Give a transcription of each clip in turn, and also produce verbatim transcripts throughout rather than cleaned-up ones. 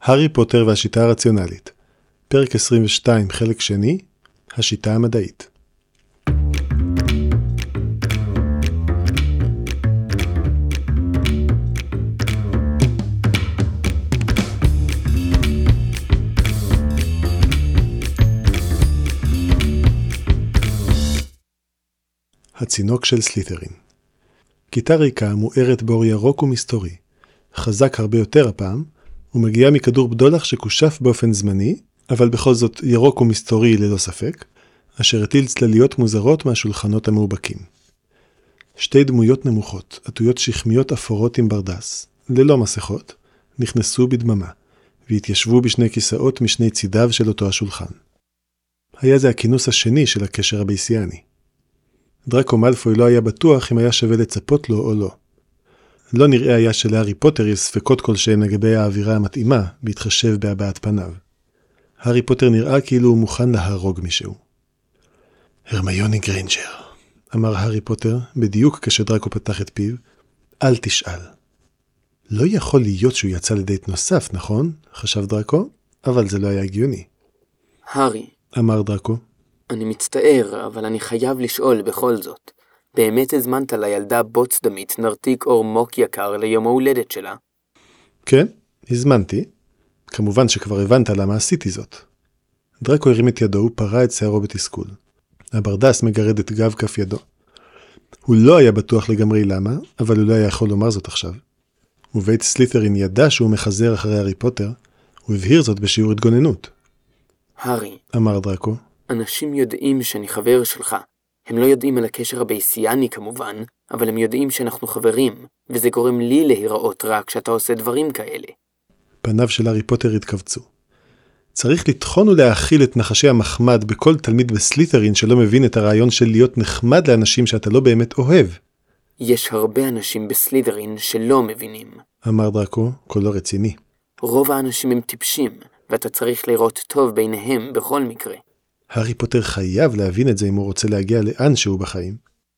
הארי פוטר והשיטה הרציונלית. פרק עשרים ושתיים, חלק שני, השיטה המדעית. הצינוק של סלית'רין. כיתה ריקה מוארת באור ירוק ומסתורי, חזק הרבה יותר הפעם, ומגיעה מכדור בדולח שקושף באופן זמני, אבל בכל זאת ירוק ומסתורי ללא ספק, אשר הטיל צלליות מוזרות מהשולחנות המאובקים. שתי דמויות נמוכות, עטויות שכמיות אפורות עם ברדס, ללא מסכות, נכנסו בדממה, והתיישבו בשני כיסאות משני צידיו של אותו השולחן. היה זה הכינוס השני של הקשר הבייסיאני. דראקו מאלפוי לא היה בטוח אם היה שווה לצפות לו או לא. לא נראה היה שלהארי פוטר יש ספקות כלשהם לגבי האווירה המתאימה, בהתחשב בהבעת פניו. הארי פוטר נראה כאילו הוא מוכן להרוג מישהו. הרמיוני גריינג'ר, אמר הארי פוטר, בדיוק כשדראקו פתח את פיו, אל תשאל. לא יכול להיות שהוא יצא לדייט נוסף, נכון? חשב דראקו, אבל זה לא היה הגיוני. הארי, אמר דראקו. אני מצטער, אבל אני חייב לשאול בכל זאת. באמת הזמנת לילדה בוץ-דמית נרתיק אור מוק יקר ליום ההולדת שלה? כן, הזמנתי. כמובן שכבר הבנת למה עשיתי זאת. דראקו הרים את ידו ופרה את שערו בתסכול. הברדס מגרד את גב כף ידו. הוא לא היה בטוח לגמרי למה, אבל הוא לא היה יכול לומר זאת עכשיו. ובית סלית'רין ידע שהוא מחזר אחרי הארי פוטר, הוא הבהיר זאת בשיעור התגוננות. הארי, אמר דראקו. אנשים יודעים שאני חבר שלך. הם לא יודעים על הקשר הבייסיאני כמובן, אבל הם יודעים שאנחנו חברים, וזה גורם לי להיראות רע כשאתה עושה דברים כאלה. פניו של הארי פוטר התכווצו. צריך לטחון ולהאכיל את נחשי המחמד בכל תלמיד בסלית'רין שלא מבין את הרעיון של להיות נחמד לאנשים שאתה לא באמת אוהב. יש הרבה אנשים בסלית'רין שלא מבינים. אמר דראקו, קולו רציני. רוב האנשים הם טיפשים, ואתה צריך לראות טוב ביניהם בכל מקרה. הארי פוטר חייב להבין את זה אם הוא רוצה להגיע לאן שהוא בחיים.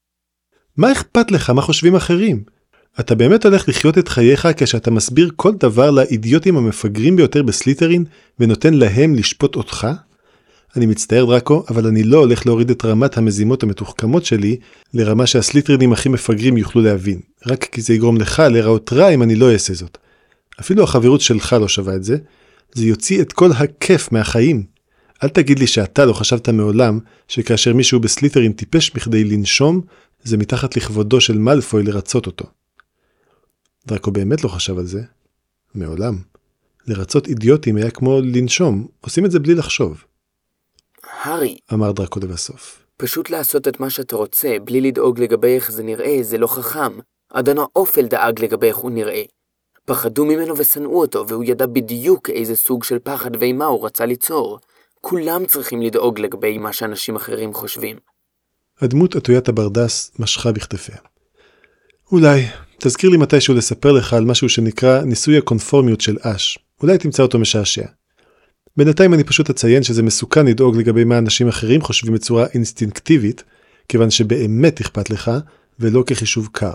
מה אכפת לך? מה חושבים אחרים? אתה באמת הולך לחיות את חייך כשאתה מסביר כל דבר לאידיוטים המפגרים ביותר בסלית'רין ונותן להם לשפוט אותך? אני מצטער דראקו, אבל אני לא הולך להוריד את רמת המזימות המתוחכמות שלי לרמה שהסלית'רינים הכי מפגרים יוכלו להבין, רק כי זה יגרום לך להיראות רע אם אני לא אעשה זאת. אפילו החברות שלך לא שווה את זה, זה יוציא את כל הכיף מהחיים. אל תגיד לי שאתה לא חשבת מעולם שכאשר מישהו בסלית'רין טיפש מכדי לנשום, זה מתחת לכבודו של מאלפוי לרצות אותו. דראקו באמת לא חשב על זה. מעולם. לרצות אידיוטים היה כמו לנשום, עושים את זה בלי לחשוב. הארי, אמר דראקו לבסוף. פשוט לעשות את מה שאתה רוצה, בלי לדאוג לגבי איך זה נראה, זה לא חכם. אדון האופל דאג לגבי איך הוא נראה. פחדו ממנו ושנאו אותו, והוא ידע בדיוק איזה סוג של פחד ואימה הוא רצה ליצור. כולם צריכים לדאוג לגבי מה שאנשים אחרים חושבים. הדמות עטוית הברדס משכה בכתפיה. אולי, תזכיר לי מתישהו לספר לך על משהו שנקרא ניסוי הקונפורמיות של אש. אולי תמצא אותו משעשע. בינתיים אני פשוט אציין שזה מסוכן לדאוג לגבי מה אנשים אחרים חושבים בצורה אינסטינקטיבית, כיוון שבאמת אכפת לך, ולא כחישוב קר.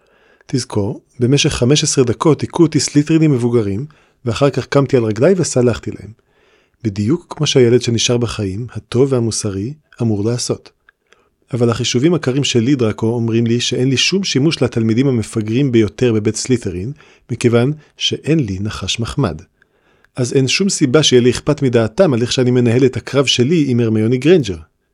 תזכור, במשך חמש עשרה דקות הכו אותי סלית'רינים מבוגרים, ואחר כך קמתי על רגליי וסלחתי להם. בדיוק כמו שהילד שנשאר בחיים, הטוב והמוסרי, אמור לעשות. אבל החישובים הקרים שלי, דראקו, אומרים לי שאין לי שום שימוש לתלמידים המפגרים ביותר בבית סלית'רין, מכיוון שאין לי נחש מחמד. אז אין שום סיבה שיהיה לי אכפת מדעתם על איך שאני מנהל את הקרב שלי עם הרמיוני גריינג'ר.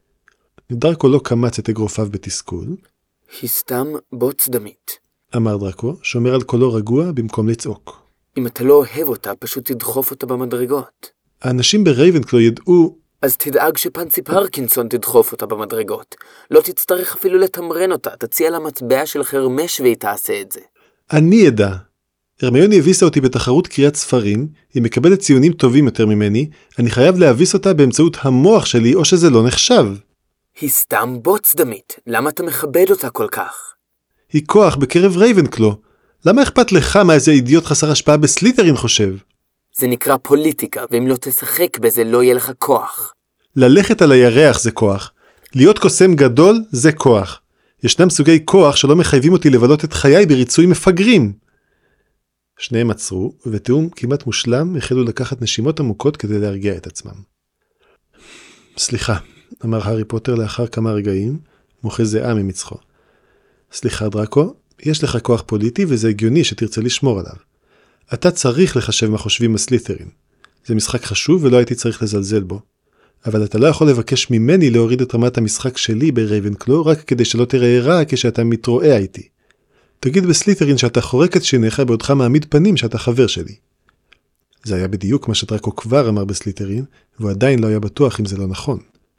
דראקו לא קמץ את אגרופיו בתסכול. היא סתם בוץ דמית. אמר דראקו, שומר על קולו רגוע במקום לצעוק. אם אתה לא אוהב אותה, פשוט תדחוף אותה במדרגות. האנשים ברייבנקלו ידעו... אז תדאג שפנסי פרקינסון תדחוף אותה במדרגות. לא תצטרך אפילו לתמרן אותה, תציע לה מטבע של חרמש והיא תעשה את זה. אני אדע. הרמיוני הביסה אותי בתחרות קריאת ספרים, היא מקבלת ציונים טובים יותר ממני, אני חייב להביס אותה באמצעות המוח שלי או שזה לא נחשב. היא סתם בוץ דמית, למה אתה מכבד אותה כל כך? היא כוח בקרב רייבנקלו. למה אכפת לך מה איזה אידיוט חסר השפעה בסלית'רין חושב? זה נקרא פוליטיקה, ואם לא תשחק בזה לא יהיה לך כוח. ללכת על הירח זה כוח. להיות קוסם גדול זה כוח. ישנם סוגי כוח שלא מחייבים אותי לבלות את חיי בריצוי מפגרים. שניהם עצרו, ותיאום כמעט מושלם החלו לקחת נשימות עמוקות כדי להרגיע את עצמם. סליחה, אמר הארי פוטר לאחר כמה רגעים, מוחה זהה ממצחו. סליחה דרקו, יש לך כוח פוליטי וזה הגיוני שתרצה לשמור עליו. אתה צריך לחשב מה חושבים הסלית'רים. זה משחק חשוב ולא הייתי צריך לזלזל בו. אבל אתה לא יכול לבקש ממני להוריד את רמת המשחק שלי ברייבנקלו רק כדי שלא תראה רע כשאתה מתרועע איתי. תגיד בסלית'רין שאתה חורק את שיניך בעודך מעמיד פנים שאתה חבר שלי. זה היה בדיוק מה שדרקו כבר אמר בסלית'רין, והוא עדיין לא היה בטוח אם זה לא נכון.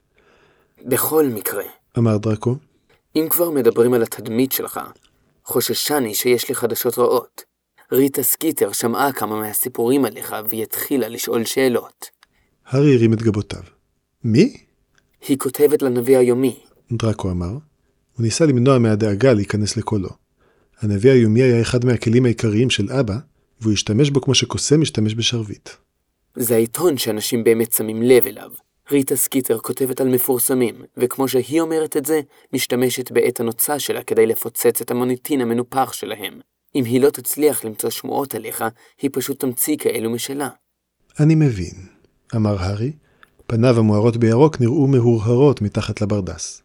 בכל מקרה, אמר דרקו, אם כבר מדברים על התדמית שלך, חוששני שיש לי חדשות רעות. ריטה סקיטר שמעה כמה מהסיפורים עליך והיא התחילה לשאול שאלות. הארי הרים את גבותיו. מי? היא כותבת לנביא היומי. דרקו אמר. הוא ניסה למנוע מהדאגה להיכנס לקולו. הנביא היומי היה אחד מהכלים העיקריים של אבא, והוא השתמש בו כמו שקוסם משתמש בשרביט. זה העיתון שאנשים באמת שמים לב אליו. ריטה סקיטר כותבת על מפורסמים, וכמו שהיא אומרת את זה, משתמשת בעת הנוצה שלה כדי לפוצץ את המוניטין המנופח שלהם. אם היא לא תצליח למצוא שמועות עליך, היא פשוט תמציא כאלו משלה. אני מבין, אמר הארי. פניו המוארות בירוק נראו מהורהרות מתחת לברדס.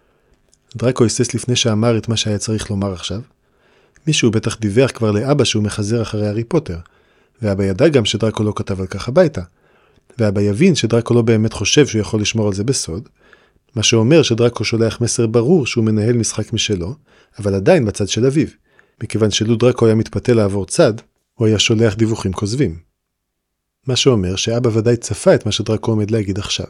דרקו היסס לפני שאמר את מה שהיה צריך לומר עכשיו. מישהו בטח דיווח כבר לאבא שהוא מחזר אחרי הארי פוטר, ואבא ידע גם שדרקו לא כתב על כך הביתה. ואבא יבין שדרקו לא באמת חושב שהוא יכול לשמור על זה בסוד, מה שאומר שדרקו שולח מסר ברור שהוא מנהל משחק משלו, אבל עדיין בצד של אביו, מכיוון שלו דרקו היה מתפתה לעבור צד, הוא היה שולח דיווחים כוזבים. מה שאומר שאבא ודאי צפה את מה שדרקו עומד להגיד עכשיו.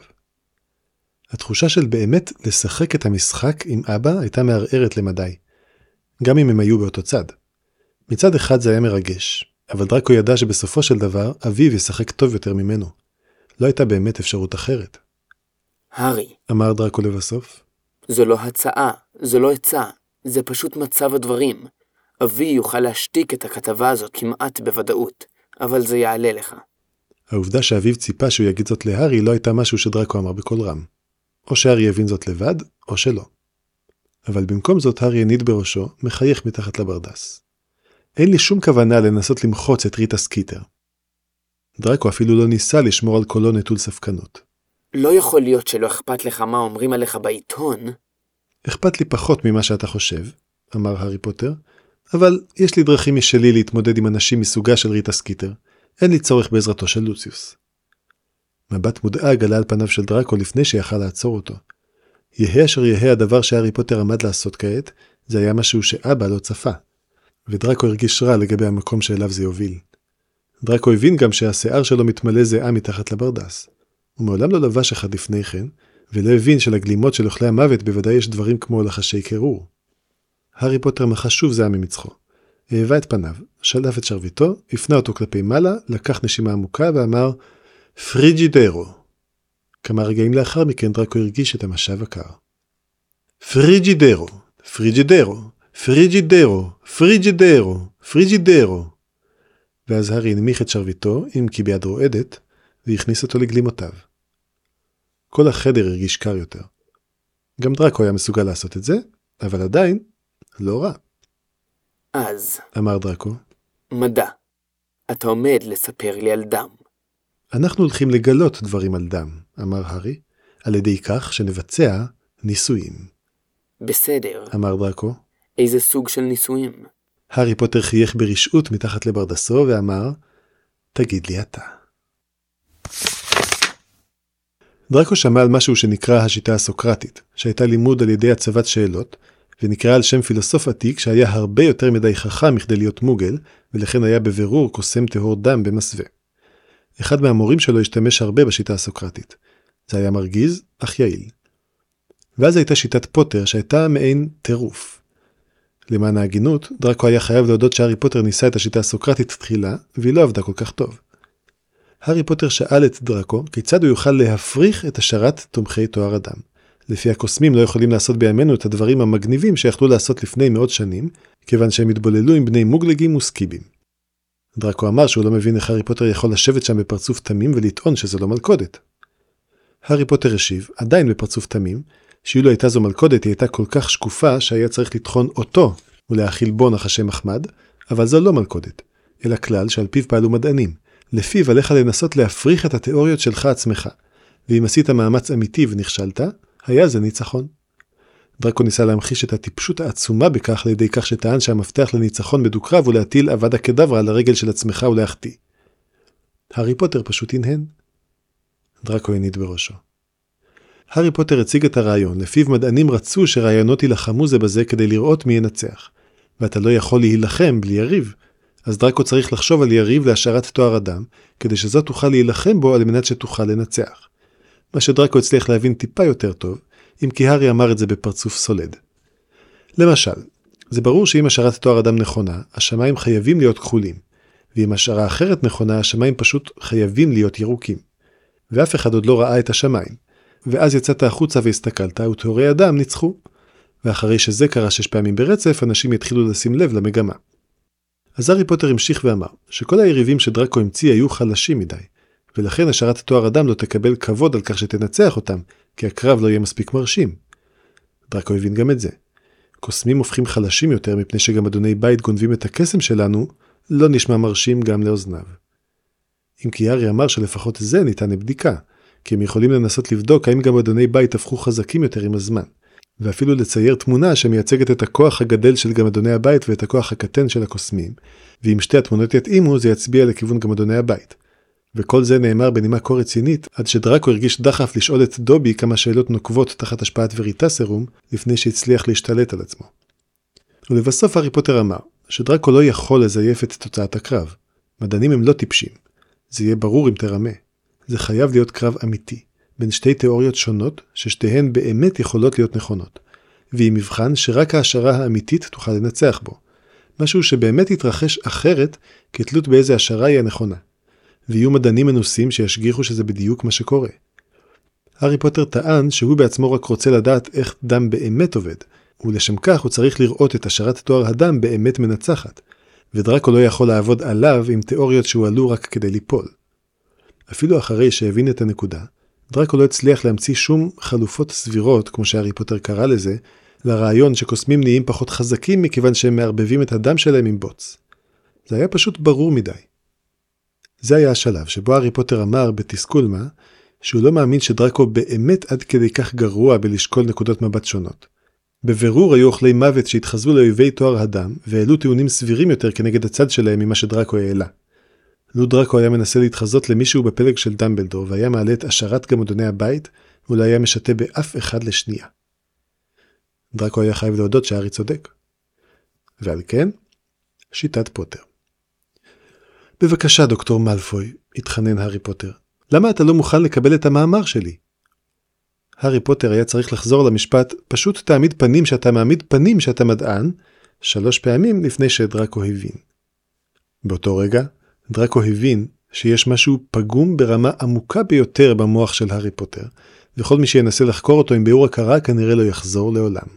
התחושה של באמת לשחק את המשחק עם אבא הייתה מערערת למדי, גם אם הם היו באותו צד. מצד אחד זה היה מרגש, אבל דרקו ידע שבסופו של דבר אביו ישחק טוב יותר ממנו. לא הייתה באמת אפשרות אחרת. הארי, אמר דרקו לבסוף, זו לא הצעה, זו לא עצה, זה פשוט מצב הדברים. אבי יוכל להשתיק את הכתבה הזאת כמעט בוודאות, אבל זה יעלה לך. העובדה שאביו ציפה שהוא יגיד זאת להארי לא הייתה משהו שדרקו אמר בקול רם. או שהארי יבין זאת לבד, או שלא. אבל במקום זאת הארי הניד בראשו, מחייך מתחת לברדס. אין לי שום כוונה לנסות למחוץ את ריטה סקיטר. דרקו אפילו לא ניסה לשמור על קולו נטול ספקנות. לא יכול להיות שלא אכפת לך מה אומרים עליך בעיתון. אכפת לי פחות ממה שאתה חושב, אמר הארי פוטר, אבל יש לי דרכים משלי להתמודד עם אנשים מסוגה של ריטה סקיטר. אין לי צורך בעזרתו של לוציוס. מבט מודאג עלה על פניו של דרקו לפני שיכל לעצור אותו. יהא אשר יהא הדבר שהארי פוטר עמד לעשות כעת, זה היה משהו שאבא לא צפה. ודרקו הרגיש רע לגבי המקום שאליו זה יוביל. דרקו הבין גם שהשיער שלו מתמלא זיעה מתחת לברדס. הוא מעולם לא לבש אחד לפני כן, ולא הבין שלגלימות של אוכלי המוות בוודאי יש דברים כמו לחשי קירור. הארי פוטר מחה שוב זיעה ממצחו. העבה את פניו, שלף את שרביטו, הפנה אותו כלפי מעלה, לקח נשימה עמוקה ואמר, פריג'ידרו. כמה רגעים לאחר מכן דרקו הרגיש את המשב הקר. פריג'ידרו, פריג'ידרו, פריג'ידרו, פריג'ידרו, פריג'ידרו. ואז הארי הנמיך את שרביטו, אם כי ביד רועדת, והכניס אותו לגלימותיו. כל החדר הרגיש קר יותר. גם דרקו היה מסוגל לעשות את זה, אבל עדיין לא רע. אז, אמר דרקו, מדע, אתה עומד לספר לי על דם. אנחנו הולכים לגלות דברים על דם, אמר הארי, על ידי כך שנבצע ניסויים. בסדר. אמר דרקו. איזה סוג של ניסויים? הארי פוטר חייך ברשעות מתחת לברדסו ואמר, תגיד לי אתה. דרקו שמע על משהו שנקרא השיטה הסוקרטית, שהייתה לימוד על ידי הצבת שאלות, ונקרא על שם פילוסוף עתיק שהיה הרבה יותר מדי חכם מכדי להיות מוגל, ולכן היה בבירור קוסם טהור דם במסווה. אחד מהמורים שלו השתמש הרבה בשיטה הסוקרטית. זה היה מרגיז, אך יעיל. ואז הייתה שיטת פוטר שהייתה מעין טירוף. למען ההגינות, דרקו היה חייב להודות שהארי פוטר ניסה את השיטה הסוקרטית תחילה, והיא לא עבדה כל כך טוב. הארי פוטר שאל את דרקו כיצד הוא יוכל להפריך את השרת תומכי תואר אדם. לפי הקוסמים לא יכולים לעשות בימינו את הדברים המגניבים שיכלו לעשות לפני מאות שנים, כיוון שהם התבוללו עם בני מוגלגים וסקיבים. דרקו אמר שהוא לא מבין איך הארי פוטר יכול לשבת שם בפרצוף תמים ולטעון שזה לא מלכודת. הארי פוטר השיב, עדיין בפרצוף תמים, שאילו הייתה זו מלכודת היא הייתה כל כך שקופה שהיה צריך לטחון אותו ולהאכיל בו נחשי מחמד, אבל זו לא מלכודת, אלא כלל שעל פיו פעלו מדענים. לפיו עליך לנסות להפריך את התיאוריות שלך עצמך, ואם עשית מאמץ אמיתי ונכשלת, היה זה ניצחון. דרקו ניסה להמחיש את הטיפשות העצומה בכך לידי כך שטען שהמפתח לניצחון בדו-קרב הוא להטיל אבדה קדברה על הרגל של עצמך ולהחטיא. הארי פוטר פשוט הנהן. דרקו הניד בראשו. הארי פוטר הציג את הרעיון, לפיו מדענים רצו שרעיונות ילחמו זה בזה כדי לראות מי ינצח. ואתה לא יכול להילחם בלי יריב, אז דרקו צריך לחשוב על יריב להשארת תואר אדם, כדי שזאת תוכל להילחם בו על מנת שתוכל לנצח. מה שדרקו הצליח להבין טיפה יותר טוב, אם כי הארי אמר את זה בפרצוף סולד. למשל, זה ברור שאם השארת תואר אדם נכונה, השמיים חייבים להיות כחולים, ואם השארה אחרת נכונה, השמיים פשוט חייבים להיות ירוקים. ואף אחד עוד לא ראה את השמיים. ואז יצאת החוצה והסתכלת, ותיאורי אדם ניצחו. ואחרי שזה קרה שש פעמים ברצף, אנשים יתחילו לשים לב למגמה. אז הארי פוטר המשיך ואמר, שכל היריבים שדרקו המציא היו חלשים מדי, ולכן השארת תואר אדם לא תקבל כבוד על כך שתנצח אותם, כי הקרב לא יהיה מספיק מרשים. דרקו הבין גם את זה. קוסמים הופכים חלשים יותר מפני שגם אדוני בית גונבים את הקסם שלנו, לא נשמע מרשים גם לאוזניו. אם כי הארי אמר שלפחות זה ניתן לבדיקה, כי הם יכולים לנסות לבדוק האם גם אדוני בית הפכו חזקים יותר עם הזמן, ואפילו לצייר תמונה שמייצגת את הכוח הגדל של גם אדוני הבית ואת הכוח הקטן של הקוסמים, ואם שתי התמונות יתאימו זה יצביע לכיוון גם אדוני הבית. וכל זה נאמר בנימה כה רצינית, עד שדרקו הרגיש דחף לשאול את דובי כמה שאלות נוקבות תחת השפעת וריטסרום, לפני שהצליח להשתלט על עצמו. ולבסוף הארי פוטר אמר, שדרקו לא יכול לזייף את תוצאת הקרב. מדענים הם לא טיפשים. זה יהיה ברור אם תרמה. זה חייב להיות קרב אמיתי, בין שתי תיאוריות שונות, ששתיהן באמת יכולות להיות נכונות. והיא מבחן שרק ההשערה האמיתית תוכל לנצח בו. משהו שבאמת יתרחש אחרת, כתלות באיזה השערה היא הנכונה. ויהיו מדענים מנוסים שישגיחו שזה בדיוק מה שקורה. הארי פוטר טען שהוא בעצמו רק רוצה לדעת איך דם באמת עובד, ולשם כך הוא צריך לראות את השערת תואר הדם באמת מנצחת, ודרקו לא יכול לעבוד עליו עם תיאוריות שהועלו רק כדי ליפול. אפילו אחרי שהבין את הנקודה, דרקו לא הצליח להמציא שום חלופות סבירות, כמו שהארי פוטר קרא לזה, לרעיון שקוסמים נהיים פחות חזקים מכיוון שהם מערבבים את הדם שלהם עם בוץ. זה היה פשוט ברור מדי. זה היה השלב שבו הארי פוטר אמר בתסכול מה, שהוא לא מאמין שדרקו באמת עד כדי כך גרוע בלשקול נקודות מבט שונות. בבירור היו אוכלי מוות שהתחזו לאויבי תואר הדם, והעלו טיעונים סבירים יותר כנגד הצד שלהם ממה שדרקו העלה. לו דרקו היה מנסה להתחזות למישהו בפלג של דמבלדור, והיה מעלה את השערת גם אדוני הבית, ואולי היה משתה באף אחד לשנייה. דרקו היה חייב להודות שהארי צודק. ועל כן, שיטת פוטר. בבקשה, דוקטור מאלפוי, התחנן הארי פוטר. למה אתה לא מוכן לקבל את המאמר שלי? הארי פוטר היה צריך לחזור למשפט, פשוט תעמיד פנים שאתה מעמיד פנים שאתה מדען, שלוש פעמים לפני שדרקו הבין. באותו רגע, דרקו הבין שיש משהו פגום ברמה עמוקה ביותר במוח של הארי פוטר, וכל מי שינסה לחקור אותו עם ביאור הכרה כנראה לא יחזור לעולם.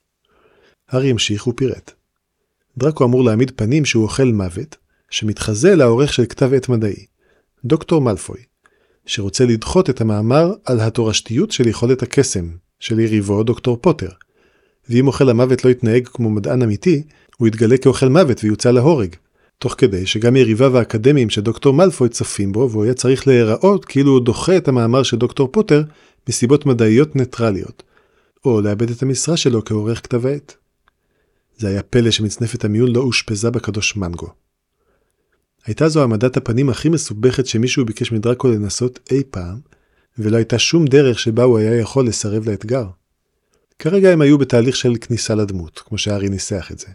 הארי המשיך ופירט. דרקו אמור להעמיד פנים שהוא אוכל מוות, שמתחזה לעורך של כתב עת מדעי, דוקטור מאלפוי, שרוצה לדחות את המאמר על התורשתיות של יכולת הקסם, של יריבו דוקטור פוטר. ואם אוכל המוות לא יתנהג כמו מדען אמיתי, הוא יתגלה כאוכל מוות ויוצא להורג, תוך כדי שגם יריביו האקדמיים שדוקטור מאלפוי צופים בו, והוא היה צריך להיראות כאילו הוא דוחה את המאמר של דוקטור פוטר מסיבות מדעיות ניטרליות, או לאבד את המשרה שלו כעורך כתב עת. זה היה פלא שמצנפת המיון לא אושפזה בקדוש מנגו. הייתה זו העמדת הפנים הכי מסובכת שמישהו ביקש מדרקו לנסות אי פעם, ולא הייתה שום דרך שבה הוא היה יכול לסרב לאתגר. כרגע הם היו בתהליך של כניסה לדמות, כמו שהארי ניסח את זה.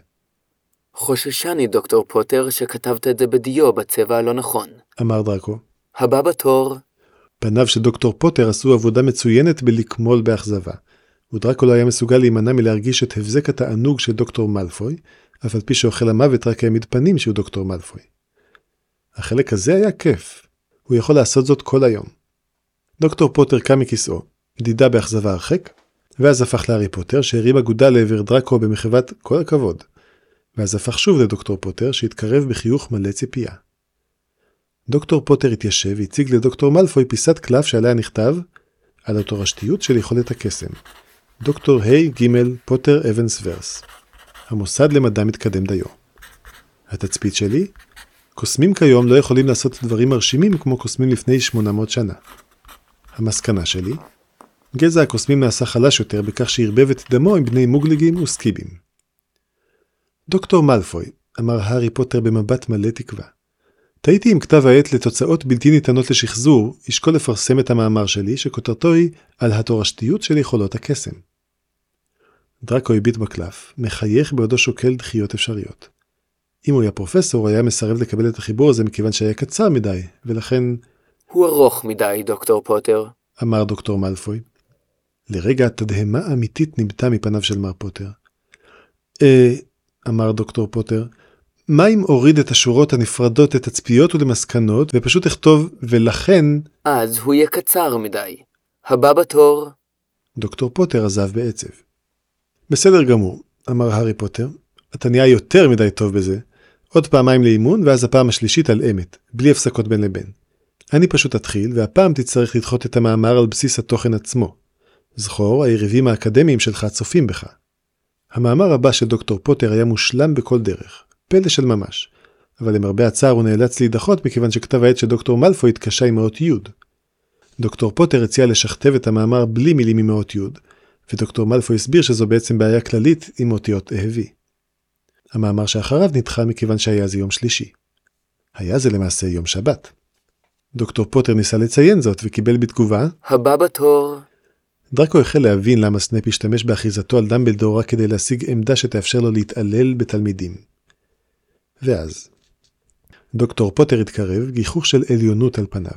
חוששני, דוקטור פוטר, שכתבת את זה בדיו בצבע הלא נכון. אמר דרקו. הבא בתור. פניו של דוקטור פוטר עשו עבודה מצוינת בלקמול באכזבה, ודרקו לא היה מסוגל להימנע מלהרגיש את הבזק התענוג של דוקטור מאלפוי, אף על פי שאוכל המוות רק העמיד פנים שהוא דוקטור מאלפוי. החלק הזה היה כיף. הוא יכול לעשות זאת כל היום. דוקטור פוטר קם מכיסאו, דידה באכזבה הרחק, ואז הפך להארי פוטר שהרים אגודה לעבר דרקו במחוות כל הכבוד. ואז הפך שוב לדוקטור פוטר שהתקרב בחיוך מלא ציפייה. דוקטור פוטר התיישב והציג לדוקטור מאלפוי פיסת קלף שעליה נכתב על התורשתיות של יכולת הקסם. דוקטור היי גימל פוטר אבנס ורס. המוסד למדע מתקדם דיו. התצפית שלי? קוסמים כיום לא יכולים לעשות דברים מרשימים כמו קוסמים לפני שמונה מאות שנה. המסקנה שלי, גזע הקוסמים נעשה חלש יותר בכך שהרבב את דמו עם בני מוגלגים וסקיבים. דוקטור מאלפוי, אמר הארי פוטר במבט מלא תקווה. תהיתי עם כתב העת לתוצאות בלתי ניתנות לשחזור, ישקול לפרסם את המאמר שלי, שכותרתו היא על התורשתיות של יכולות הקסם. דרקו הביט בקלף, מחייך בעודו שוקל דחיות אפשריות. אם הוא היה פרופסור, הוא היה מסרב לקבל את החיבור הזה מכיוון שהיה קצר מדי, ולכן... הוא ארוך מדי, דוקטור פוטר. אמר דוקטור מאלפוי. לרגע תדהמה אמיתית נבטה מפניו של מר פוטר. אה... אמר דוקטור פוטר, מה אם אוריד את השורות הנפרדות את הצפיות ולמסקנות, ופשוט אכתוב ולכן... אז הוא יהיה קצר מדי. הבא בתור... דוקטור פוטר עזב בעצב. בסדר גמור, אמר הארי פוטר, אתה נהיה יותר מדי טוב בזה. עוד פעמיים לאימון, ואז הפעם השלישית על אמת, בלי הפסקות בין לבין. אני פשוט אתחיל, והפעם תצטרך לדחות את המאמר על בסיס התוכן עצמו. זכור, היריבים האקדמיים שלך צופים בך. המאמר הבא של דוקטור פוטר היה מושלם בכל דרך, פלא של ממש, אבל למרבה הצער הוא נאלץ להידחות מכיוון שכתב העת של דוקטור מאלפוי התקשה עם מאות יוד. דוקטור פוטר הציע לשכתב את המאמר בלי מילים עם מאות יוד, ודוקטור מאלפוי הסביר שזו בעצם בעיה כללית עם אותיות אהבי. המאמר שאחריו נדחה מכיוון שהיה זה יום שלישי. היה זה למעשה יום שבת. דוקטור פוטר ניסה לציין זאת וקיבל בתגובה, הבא בתור... דרקו החל להבין למה סנייפ השתמש באחיזתו על דמבלדור רק כדי להשיג עמדה שתאפשר לו להתעלל בתלמידים. ואז, דוקטור פוטר התקרב, גיחוך של עליונות על פניו.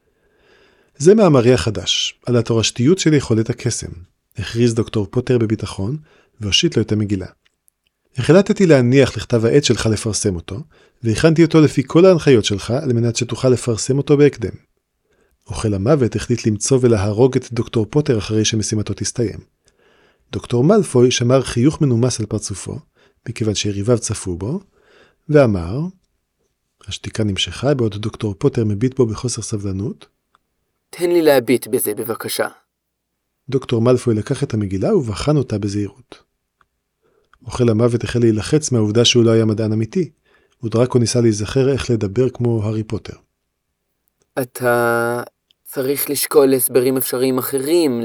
זה מאמרי החדש, על התורשתיות של יכולת הקסם, הכריז דוקטור פוטר בביטחון, והושיט לו את המגילה. החלטתי להניח לכתב העת שלך לפרסם אותו, והכנתי אותו לפי כל ההנחיות שלך, על מנת שתוכל לפרסם אותו בהקדם. אוכל המוות החליט למצוא ולהרוג את דוקטור פוטר אחרי שמשימתו תסתיים. דוקטור מאלפוי שמר חיוך מנומס על פרצופו, מכיוון שיריביו צפו בו, ואמר, השתיקה נמשכה בעוד דוקטור פוטר מביט בו בחוסר סבלנות. תן לי להביט בזה בבקשה. דוקטור מאלפוי לקח את המגילה ובחן אותה בזהירות. אוכל המוות החל להילחץ מהעובדה שהוא לא היה מדען אמיתי, ודרקו ניסה להיזכר איך לדבר כמו הארי פוטר. אתה צריך לשקול הסברים אפשריים אחרים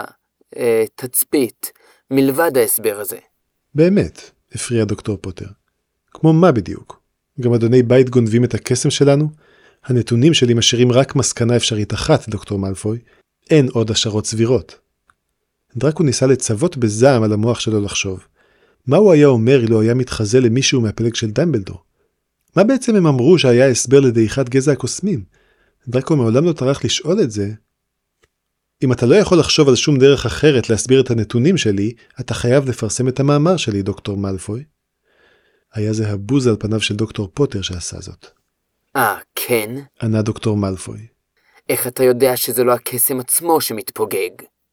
לתצפית, מלבד ההסבר הזה. באמת, הפריע דוקטור פוטר. כמו מה בדיוק? גם אדוני בית גונבים את הקסם שלנו? הנתונים שלי משאירים רק מסקנה אפשרית אחת, דוקטור מאלפוי. אין עוד השערות סבירות. דרקו ניסה לצוות בזעם על המוח שלו לחשוב. מה הוא היה אומר אילו היה מתחזה למישהו מהפלג של דמבלדור? מה בעצם הם אמרו שהיה הסבר לדעיכת גזע הקוסמים? דרקו מעולם לא טרח לשאול את זה. אם אתה לא יכול לחשוב על שום דרך אחרת להסביר את הנתונים שלי, אתה חייב לפרסם את המאמר שלי, דוקטור מאלפוי. היה זה הבוז על פניו של דוקטור פוטר שעשה זאת. אה, כן? ענה דוקטור מאלפוי. איך אתה יודע שזה לא הקסם עצמו שמתפוגג?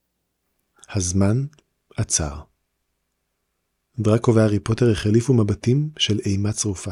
הזמן עצר. דרקו והארי פוטר החליפו מבטים של אימה צרופה.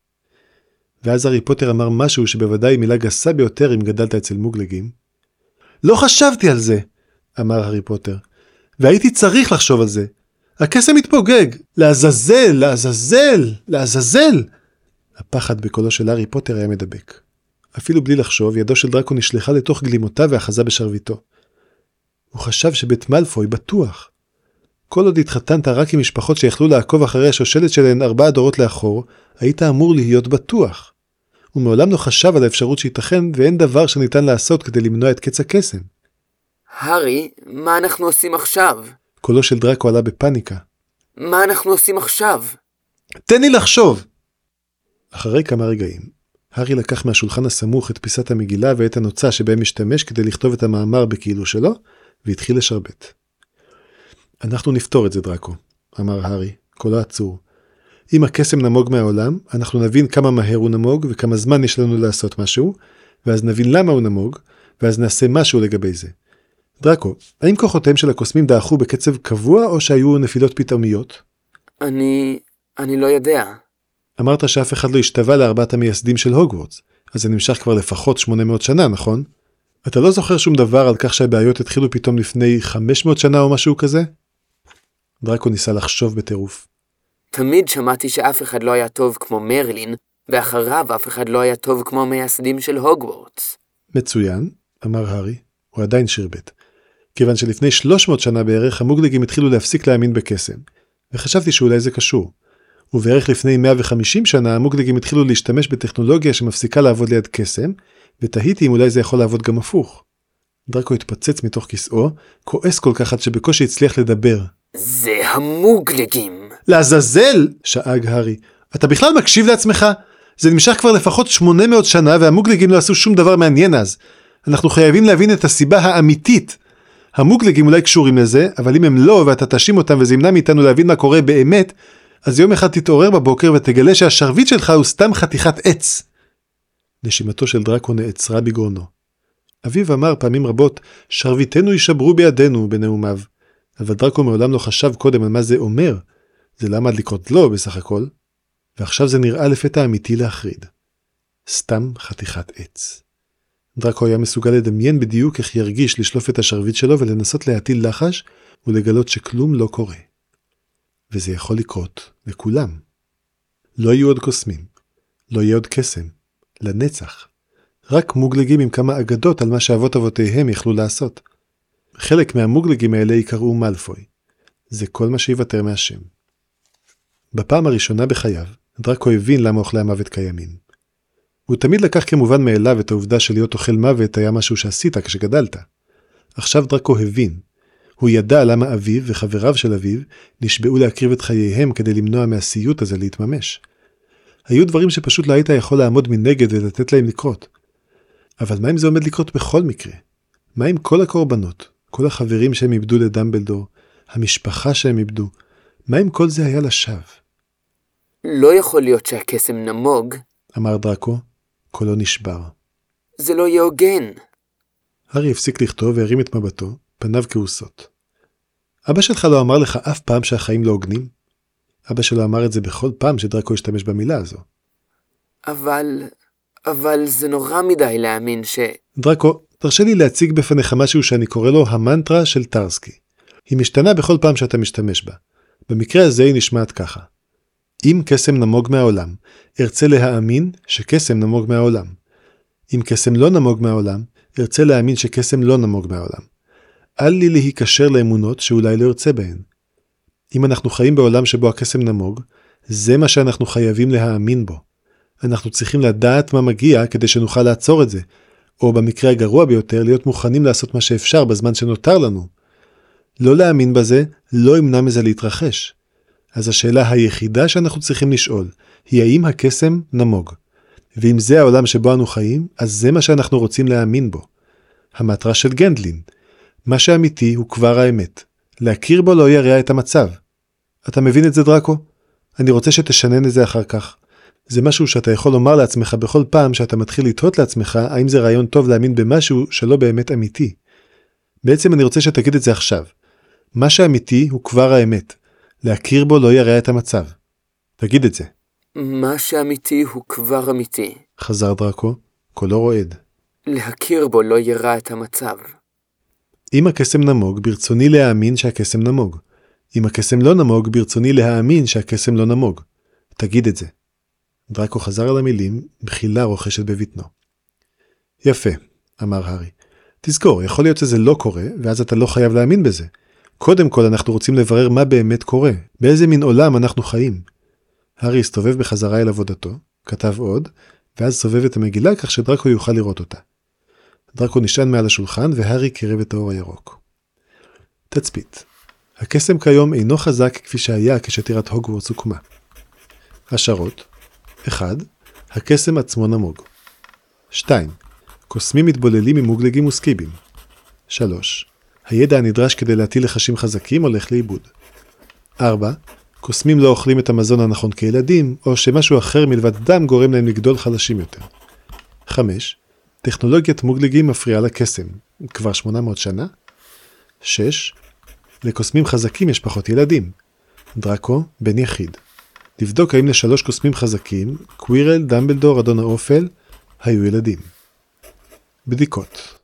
ואז הארי פוטר אמר משהו שבוודאי מילה גסה ביותר אם גדלת אצל מוגלגים. לא חשבתי על זה, אמר הארי פוטר, והייתי צריך לחשוב על זה. הקסם מתפוגג, לעזאזל, לעזאזל, לעזאזל. הפחד בקולו של הארי פוטר היה מדבק. אפילו בלי לחשוב, ידו של דרקו נשלחה לתוך גלימותיו ואחזה בשרביטו. הוא חשב שבית מאלפוי בטוח. כל עוד התחתנת רק עם משפחות שיכלו לעקוב אחרי השושלת שלהן ארבעה דורות לאחור, היית אמור להיות בטוח. הוא מעולם לא חשב על האפשרות שייתכן ואין דבר שניתן לעשות כדי למנוע את קץ הקסם. הארי, מה אנחנו עושים עכשיו? קולו של דרקו עלה בפניקה. מה אנחנו עושים עכשיו? תן לי לחשוב! אחרי כמה רגעים, הארי לקח מהשולחן הסמוך את פיסת המגילה ואת הנוצה שבהם משתמש כדי לכתוב את המאמר בכאילו שלו, והתחיל לשרבט. אנחנו נפתור את זה, דרקו, אמר הארי, קולו עצור. אם הקסם נמוג מהעולם, אנחנו נבין כמה מהר הוא נמוג וכמה זמן יש לנו לעשות משהו, ואז נבין למה הוא נמוג, ואז נעשה משהו לגבי זה. דרקו, האם כוחותיהם של הקוסמים דעכו בקצב קבוע או שהיו נפילות פתאומיות? אני... אני לא יודע. אמרת שאף אחד לא השתווה לארבעת המייסדים של הוגוורטס, אז זה נמשך כבר לפחות שמונה מאות שנה, נכון? אתה לא זוכר שום דבר על כך שהבעיות התחילו פתאום לפני חמש מאות שנה או משהו כזה? דרקו ניסה לחשוב בטירוף. תמיד שמעתי שאף אחד לא היה טוב כמו מרלין, ואחריו אף אחד לא היה טוב כמו המייסדים של הוגוורטס. מצוין, אמר הארי, הוא עדיין שרבט. כיוון שלפני שלוש מאות שנה בערך המוגלגים התחילו להפסיק להאמין בקסם, וחשבתי שאולי זה קשור. ובערך לפני מאה וחמישים שנה המוגלגים התחילו להשתמש בטכנולוגיה שמפסיקה לעבוד ליד קסם, ותהיתי אם אולי זה יכול לעבוד גם הפוך. דרקו התפוצץ מתוך כיסאו, כועס כל כך עד שבקושי הצליח לדבר. זה המוגלגים. לעזאזל! שאג הארי. אתה בכלל מקשיב לעצמך? זה נמשך כבר לפחות שמונה מאות שנה והמוגלגים לא עשו שום דבר מעניין אז. אנחנו חייבים להבין את הסיבה האמיתית. המוגלגים אולי קשורים לזה, אבל אם הם לא ואתה תאשים אותם וזה ימנע מאיתנו להבין מה קורה באמת, אז יום אחד תתעורר בבוקר ותגלה שהשרביט שלך הוא סתם חתיכת עץ. נשימתו של דרקו נעצרה בגרונו. אביו אמר פעמים רבות, שרביטנו יישברו בידינו בנאומיו. אבל דרקו מעולם לא חשב קודם על מה זה אומר. זה לא עמד לקרות לו בסך הכל. ועכשיו זה נראה לפתע אמיתי להחריד. סתם חתיכת עץ. דרקו היה מסוגל לדמיין בדיוק איך ירגיש לשלוף את השרביט שלו ולנסות להטיל לחש ולגלות שכלום לא קורה. וזה יכול לקרות לכולם. לא יהיו עוד קוסמים. לא יהיה עוד קסם. לנצח. רק מוגלגים עם כמה אגדות על מה שאבות אבותיהם יכלו לעשות. חלק מהמוגלגים האלה יקראו מאלפוי. זה כל מה שיוותר מהשם. בפעם הראשונה בחייו, דרקו הבין למה אוכלי המוות קיימים. הוא תמיד לקח כמובן מאליו את העובדה של להיות אוכל מוות היה משהו שעשית כשגדלת. עכשיו דרקו הבין. הוא ידע למה אביו וחבריו של אביו נשבעו להקריב את חייהם כדי למנוע מהסיוט הזה להתממש. היו דברים שפשוט לא היית יכול לעמוד מנגד ולתת להם לקרות. אבל מה אם זה עומד לקרות בכל מקרה? מה עם כל הקורבנות, כל החברים שהם איבדו לדמבלדור, המשפחה שהם איבדו? מה אם כל זה היה לשווא? לא יכול להיות שהקסם נמוג, אמר דרקו, קולו נשבר. זה לא יהיה הוגן. הארי הפסיק לכתוב והרים את מבטו, פניו כעוסות. אבא שלך לא אמר לך אף פעם שהחיים לא הוגנים? אבא שלו אמר את זה בכל פעם שדרקו השתמש במילה הזו. אבל, אבל זה נורא מדי להאמין ש... דרקו, תרשה לי להציג בפניך משהו שאני קורא לו המנטרה של טרסקי. היא משתנה בכל פעם שאתה משתמש בה. במקרה הזה היא נשמעת ככה. אם קסם נמוג מהעולם, ארצה להאמין שקסם נמוג מהעולם. אם קסם לא נמוג מהעולם, ארצה להאמין שקסם לא נמוג מהעולם. אל לי להיקשר לאמונות שאולי לא ארצה בהן. אם אנחנו חיים בעולם שבו הקסם נמוג, זה מה שאנחנו חייבים להאמין בו. אנחנו צריכים לדעת מה מגיע כדי שנוכל לעצור את זה, או במקרה הגרוע ביותר, להיות מוכנים לעשות מה שאפשר בזמן שנותר לנו. לא להאמין בזה, לא ימנע מזה להתרחש. אז השאלה היחידה שאנחנו צריכים לשאול, היא האם הקסם נמוג. ואם זה העולם שבו אנו חיים, אז זה מה שאנחנו רוצים להאמין בו. המטרה של גנדלין. מה שאמיתי הוא כבר האמת. להכיר בו לא ירע את המצב. אתה מבין את זה, דרקו? אני רוצה שתשנן את זה אחר כך. זה משהו שאתה יכול לומר לעצמך בכל פעם שאתה מתחיל לתהות לעצמך, האם זה רעיון טוב להאמין במשהו שלא באמת אמיתי. בעצם אני רוצה שתגיד את זה עכשיו. מה שאמיתי הוא כבר האמת. להכיר בו לא ירע את המצב. תגיד את זה. מה שאמיתי הוא כבר אמיתי. חזר דרקו, קולו רועד. להכיר בו לא ירע את המצב. אם הקסם נמוג, ברצוני להאמין שהקסם נמוג. אם הקסם לא נמוג, ברצוני להאמין שהקסם לא נמוג. תגיד את זה. דרקו חזר על המילים, בחילה רוחשת בבטנו. יפה, אמר הארי. תזכור, יכול להיות שזה לא קורה, ואז אתה לא חייב להאמין בזה. קודם כל אנחנו רוצים לברר מה באמת קורה, באיזה מין עולם אנחנו חיים. הארי הסתובב בחזרה אל עבודתו, כתב עוד, ואז סובב את המגילה כך שדרקו יוכל לראות אותה. דרקו נשען מעל השולחן והארי קירב את האור הירוק. תצפית. הקסם כיום אינו חזק כפי שהיה כשטירת הוגוורטס הוקמה. השערות. אחד. הקסם עצמו נמוג. שתיים. קוסמים מתבוללים ממוגלגים וסקיבים. שלוש. הידע הנדרש כדי להטיל לחשים חזקים הולך לאיבוד. ארבע. קוסמים לא אוכלים את המזון הנכון כילדים, או שמשהו אחר מלבד דם גורם להם לגדול חלשים יותר. חמש. טכנולוגיית מוגלגים מפריעה לקסם, כבר שמונה מאות שנה. שש. לקוסמים חזקים יש פחות ילדים. דרקו, בן יחיד. לבדוק האם לשלוש קוסמים חזקים, קווירל, דמבלדור, אדון האופל, היו ילדים. בדיקות.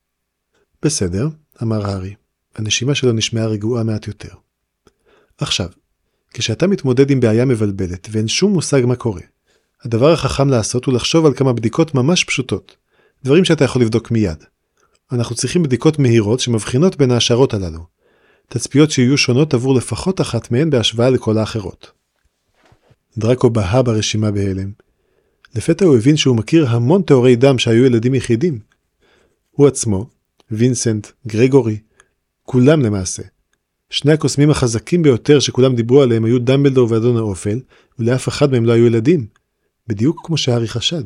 בסדר, אמר הארי. הנשימה שלו נשמעה רגועה מעט יותר. עכשיו, כשאתה מתמודד עם בעיה מבלבלת ואין שום מושג מה קורה, הדבר החכם לעשות הוא לחשוב על כמה בדיקות ממש פשוטות, דברים שאתה יכול לבדוק מיד. אנחנו צריכים בדיקות מהירות שמבחינות בין ההשערות הללו, תצפיות שיהיו שונות עבור לפחות אחת מהן בהשוואה לכל האחרות. דרקו בהה ברשימה בהלם. לפתע הוא הבין שהוא מכיר המון תיאורי דם שהיו ילדים יחידים. הוא עצמו, וינסנט, גרגורי, כולם למעשה. שני הקוסמים החזקים ביותר שכולם דיברו עליהם היו דמבלדור ואדון האופל, ולאף אחד מהם לא היו ילדים, בדיוק כמו שהארי חשד.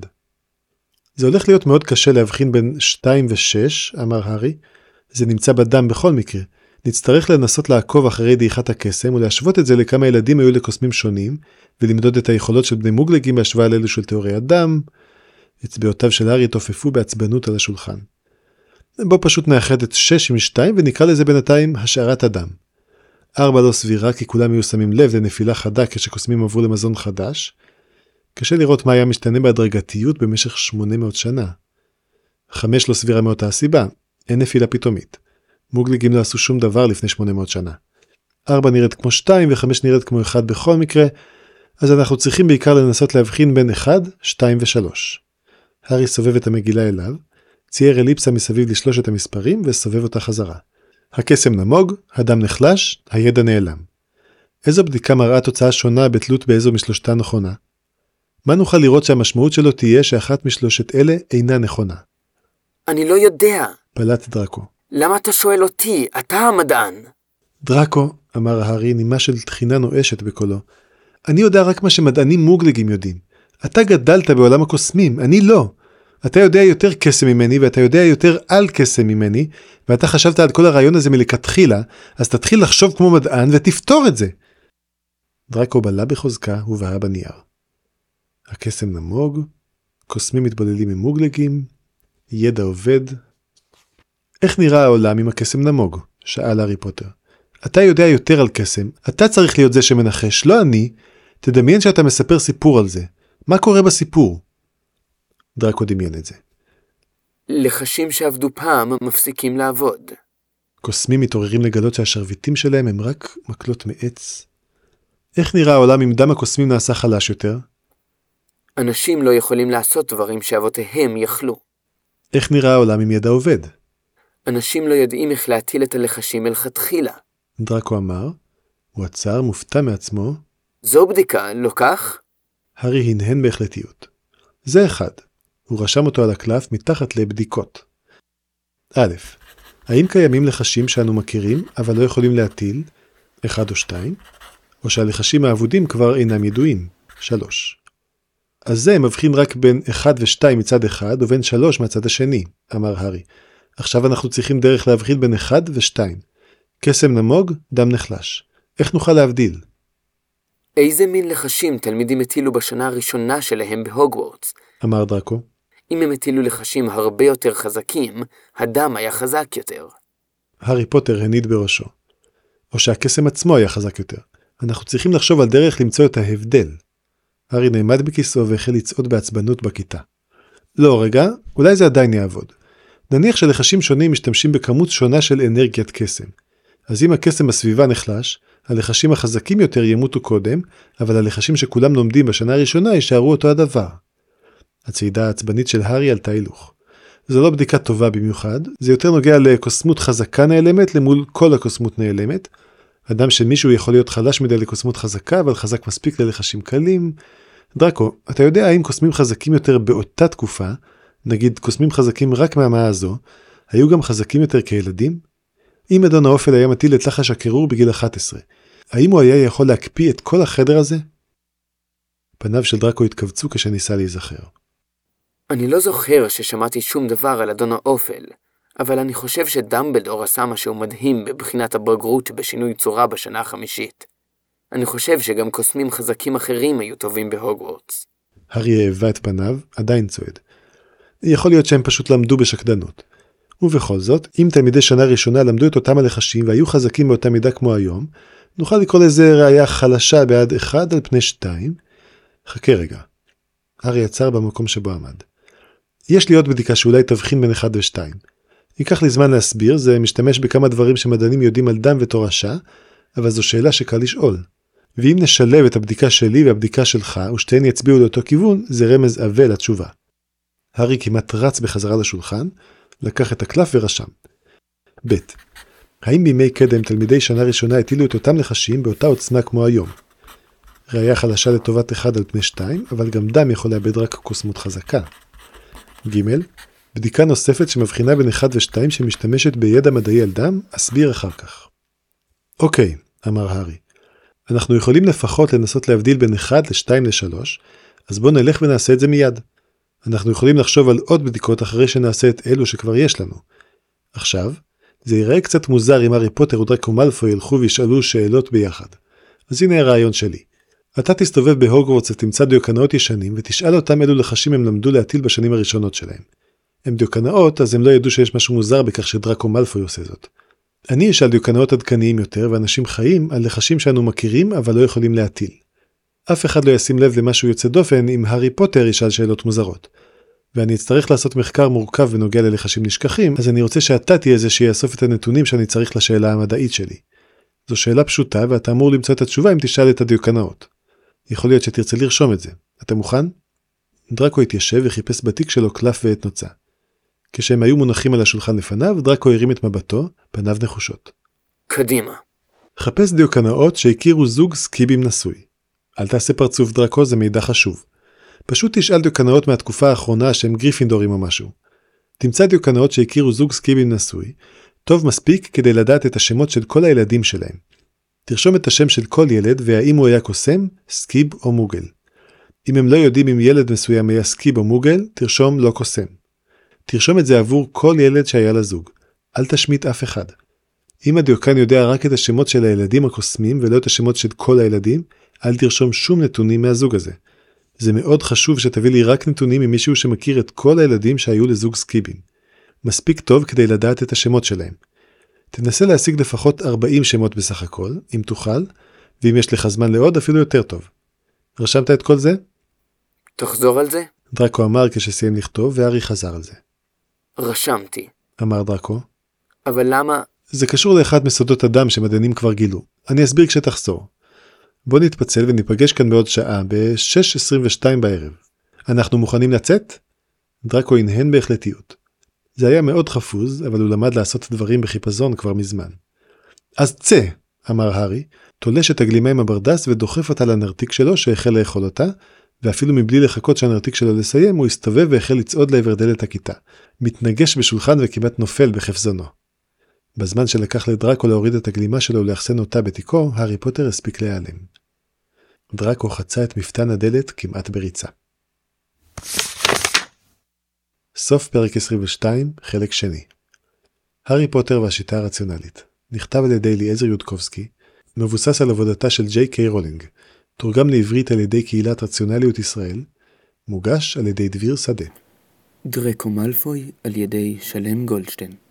זה הולך להיות מאוד קשה להבחין בין שתיים ושש, אמר הארי. זה נמצא בדם בכל מקרה. נצטרך לנסות לעקוב אחרי דעיכת הקסם ולהשוות את זה לכמה ילדים היו לקוסמים שונים, ולמדוד את היכולות של בני מוגלגים בהשוואה לאלו של תיאורי הדם. אצבעותיו של הארי תופפו בעצבנות על השולחן. בוא פשוט נאחד את שש עם שתיים ונקרא לזה בינתיים השערת הדם. ארבע לא סבירה כי כולם היו שמים לב לנפילה חדה כשקוסמים עברו למזון חדש. קשה לראות מה היה משתנה בהדרגתיות במשך שמונה מאות שנה. חמש לא סבירה מאותה הסיבה, אין נפילה פתאומית. מוגלגים לא עשו שום דבר לפני שמונה מאות שנה. ארבע נראית כמו שתיים וחמש נראית כמו אחד בכל מקרה, אז אנחנו צריכים בעיקר לנסות להבחין בין אחד, שתיים ושלוש. הארי סובב את המגילה אליו, צייר אליפסה מסביב לשלושת המספרים וסובב אותה חזרה. הקסם נמוג, הדם נחלש, הידע נעלם. איזו בדיקה מראה תוצאה שונה בתלות באיזו משלושתה נכונה? מה נוכל לראות שהמשמעות שלו תהיה שאחת משלושת אלה אינה נכונה? אני לא יודע. פלט דרקו. למה אתה שואל אותי? אתה המדען. דרקו, אמר הארי נימה של תחינה נואשת בקולו. אני יודע רק מה שמדענים מוגלגים יודעים. אתה גדלת בעולם הקוסמים, אני לא. אתה יודע יותר קסם ממני ואתה יודע יותר על קסם ממני, ואתה חשבת על כל הרעיון הזה מלכתחילה, אז תתחיל לחשוב כמו מדען ותפתור את זה. דרקו בלה בחוזקה ובהה בנייר. הקסם נמוג, קוסמים מתבוללים עם מוגלגים, ידע עובד. איך נראה העולם עם הקסם נמוג? שאל הארי פוטר. אתה יודע יותר על קסם, אתה צריך להיות זה שמנחש, לא אני. תדמיין שאתה מספר סיפור על זה. מה קורה בסיפור? דרקו דמיין את זה. לחשים שעבדו פעם מפסיקים לעבוד. קוסמים מתעוררים לגלות שהשרביטים שלהם הם רק מקלות מעץ. איך נראה העולם אם דם הקוסמים נעשה חלש יותר? אנשים לא יכולים לעשות דברים שאבותיהם יכלו. איך נראה העולם אם ידע עובד? אנשים לא יודעים איך להטיל את הלחשים מלכתחילה. דרקו אמר, הוא עצר מופתע מעצמו. זו בדיקה, לא כך? הארי הנהן בהחלטיות. זה אחד. הוא רשם אותו על הקלף מתחת לבדיקות. א', האם קיימים לחשים שאנו מכירים אבל לא יכולים להטיל, אחד או שתיים, או שהלחשים העבודים כבר אינם ידועים, שלוש. אז זה מבחין רק בין אחד ושתיים מצד אחד ובין שלוש מצד השני, אמר הארי. עכשיו אנחנו צריכים דרך להבחין בין אחד ושתיים. קסם נמוג, דם נחלש. איך נוכל להבדיל? איזה מין לחשים תלמידים הטילו בשנה הראשונה שלהם בהוגוורטס? אמר דרקו. אם הם הטילו לחשים הרבה יותר חזקים, הדם היה חזק יותר. הארי פוטר הניד בראשו. או שהקסם עצמו היה חזק יותר. אנחנו צריכים לחשוב על דרך למצוא את ההבדל. הארי נעמד בכיסאו והחל לצעוד בעצבנות בכיתה. לא, רגע, אולי זה עדיין יעבוד. נניח שלחשים שונים משתמשים בכמות שונה של אנרגיית קסם. אז אם הקסם בסביבה נחלש, הלחשים החזקים יותר ימותו קודם, אבל הלחשים שכולם לומדים בשנה הראשונה יישארו אותו הדבר. הצעידה העצבנית של הארי עלתה הילוך. זו לא בדיקה טובה במיוחד, זה יותר נוגע לקוסמות חזקה נעלמת למול כל הקוסמות נעלמת. אדם של מישהו יכול להיות חלש מדי לקוסמות חזקה, אבל חזק מספיק ללחשים קלים. דרקו, אתה יודע האם קוסמים חזקים יותר באותה תקופה, נגיד קוסמים חזקים רק מהמאה הזו, היו גם חזקים יותר כילדים? אם אדון האופל היה מטיל את לחש הקירור בגיל אחת עשרה, האם הוא היה יכול להקפיא את כל החדר הזה? פניו של דרקו התכווצו כשניסה להיזכר. אני לא זוכר ששמעתי שום דבר על אדון האופל, אבל אני חושב שדמבלדור עשה משהו מדהים בבחינת הבגרות בשינוי צורה בשנה החמישית. אני חושב שגם קוסמים חזקים אחרים היו טובים בהוגוורטס. הארי העבה את פניו, עדיין צועד. יכול להיות שהם פשוט למדו בשקדנות. ובכל זאת, אם תלמידי שנה ראשונה למדו את אותם הלחשים והיו חזקים באותה מידה כמו היום, נוכל לקרוא לזה ראיה חלשה בעד אחד על פני שתיים. חכה רגע. הארי עצר במקום שבו עמד. יש לי עוד בדיקה שאולי תבחין בין אחד ושתיים. ייקח לי זמן להסביר, זה משתמש בכמה דברים שמדענים יודעים על דם ותורשה, אבל זו שאלה שקל לשאול. ואם נשלב את הבדיקה שלי והבדיקה שלך, ושתיהן יצביעו לאותו כיוון, זה רמז עבה לתשובה. הארי כמעט רץ בחזרה לשולחן, לקח את הקלף ורשם. ב' האם בימי קדם תלמידי שנה ראשונה הטילו את אותם לחשים באותה עוצמה כמו היום? ראיה חלשה לטובת אחד על פני שתיים, אבל גם דם יכול לאבד רק קוסמות חזקה. ג' בדיקה נוספת שמבחינה בין אחד ושתיים שמשתמשת בידע מדעי על דם, אסביר אחר כך. אוקיי, אמר הארי. אנחנו יכולים לפחות לנסות להבדיל בין אחד לשתיים לשלוש, אז בוא נלך ונעשה את זה מיד. אנחנו יכולים לחשוב על עוד בדיקות אחרי שנעשה את אלו שכבר יש לנו. עכשיו, זה ייראה קצת מוזר אם הארי פוטר ודרקו מאלפוי ילכו וישאלו שאלות ביחד. אז הנה הרעיון שלי. אתה תסתובב בהוגוורטס ותמצא דיוקנאות ישנים ותשאל אותם אילו לחשים הם למדו להטיל בשנים הראשונות שלהם. הם דיוקנאות, אז הם לא ידעו שיש משהו מוזר בכך שדרקו מאלפוי עושה זאת. אני אשאל דיוקנאות עדכניים יותר ואנשים חיים על לחשים שאנו מכירים אבל לא יכולים להטיל. אף אחד לא ישים לב למשהו יוצא דופן אם הארי פוטר ישאל שאלות מוזרות. ואני אצטרך לעשות מחקר מורכב ונוגע ללחשים נשכחים, אז אני רוצה שאתה תהיה זה שיאסוף את הנתונים שאני צריך לשאלה המדעית שלי. זו שאלה פשוטה ואתה אמור למצוא את התשובה אם תשאל את הדיוקנאות. יכול להיות שתרצה לרשום את זה. אתה מוכן? דרקו התיישב וחיפש בתיק שלו קלף ועת נוצה. כשהם היו מונחים על השולחן לפניו, דרקו הרים את מבטו, פניו נחושות. קדימה. חפש דיוקנאות שהכירו זוג סקיבים נשוי. אל תעשה פרצוף דרקו, זה מידע חשוב. פשוט תשאל דיוקנאות מהתקופה האחרונה שהם גריפינדורים או משהו. תמצא דיוקנאות שהכירו זוג סקיבים נשוי, טוב מספיק כדי לדעת את השמות של כל הילדים שלהם. תרשום את השם של כל ילד והאם הוא היה קוסם, סקיב או מוגל. אם הם לא יודעים אם ילד מסוים היה סקיב או מוגל, תרשום לא קוסם. תרשום את זה עבור כל ילד שהיה לזוג. אל תשמיט אף אחד. אם הדיוקן יודע רק את השמות של הילדים הקוסמים ולא את השמות של כל הילדים, אל תרשום שום נתונים מהזוג הזה. זה מאוד חשוב שתביא לי רק נתונים ממישהו שמכיר את כל הילדים שהיו לזוג סקיבים. מספיק טוב כדי לדעת את השמות שלהם. תנסה להשיג לפחות ארבעים שמות בסך הכל, אם תוכל, ואם יש לך זמן לעוד אפילו יותר טוב. רשמת את כל זה? תחזור על זה? דרקו אמר כשסיים לכתוב, והארי חזר על זה. רשמתי. אמר דרקו. אבל למה? זה קשור לאחד מסודות הדם שמדענים כבר גילו. אני אסביר כשתחזור. בוא נתפצל וניפגש כאן בעוד שעה, ב-שש עשרים ושתיים בערב. אנחנו מוכנים לצאת? דרקו הנהן בהחלטיות. זה היה מאוד חפוז, אבל הוא למד לעשות דברים בחיפזון כבר מזמן. אז צא, אמר הארי, תולש את הגלימה עם הברדס ודוחף אותה לנרתיק שלו שהחל לאכול אותה, ואפילו מבלי לחכות שהנרתיק שלו לסיים, הוא הסתובב והחל לצעוד לעבר דלת הכיתה. מתנגש בשולחן וכמעט נופל בחפזונו. בזמן שלקח לדרקו להוריד את הגלימה שלו ולאחסן אותה בתיקו, הארי פוטר הספיק להיעלם. דרקו חצה את מפתן הדלת כמעט בריצה. סוף פרק עשרים ושתיים, חלק שני. הארי פוטר והשיטה הרציונלית. נכתב על ידי אליעזר יודקובסקי, מבוסס על עבודתה של ג'יי קיי רולינג. תורגם לעברית על ידי קהילת רציונליות ישראל. מוגש על ידי דביר שדה. דרקו מאלפוי על ידי שלם גולדשטיין.